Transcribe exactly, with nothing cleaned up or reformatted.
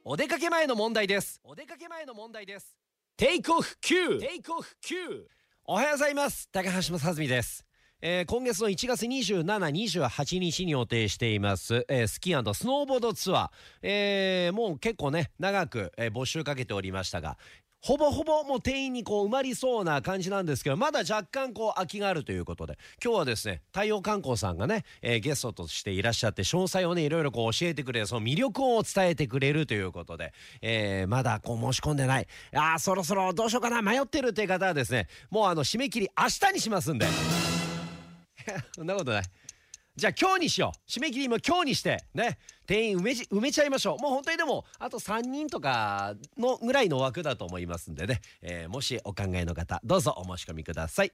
お出かけ前の問題です。お出かけ前の問題です。テイクオフ Q テイクオフ Q。 おはようございます。高橋正澄です。えー、今月のいちがつにじゅうしち、にじゅうはちにちに予定しています、えー、スキー&スノーボードツアー、えー、もう結構ね長く、えー、募集かけておりましたが、ほぼほぼもう定員にこう埋まりそうな感じなんですけど、まだ若干こう空きがあるということで、今日はですね太陽観光さんがね、えー、ゲストとしていらっしゃって、詳細をねいろいろこう教えてくれる、その魅力を伝えてくれるということで、えー、まだこう申し込んでない、あーそろそろどうしようかな迷ってるっていう方はですね、もうあの締め切り明日にしますんでそんなことない。じゃあ今日にしよう。締め切りも今日にしてね、定員埋めじ埋めちゃいましょう。もう本当にでもあとさんにんとかのぐらいの枠だと思いますんでね、えー、もしお考えの方どうぞお申し込みください。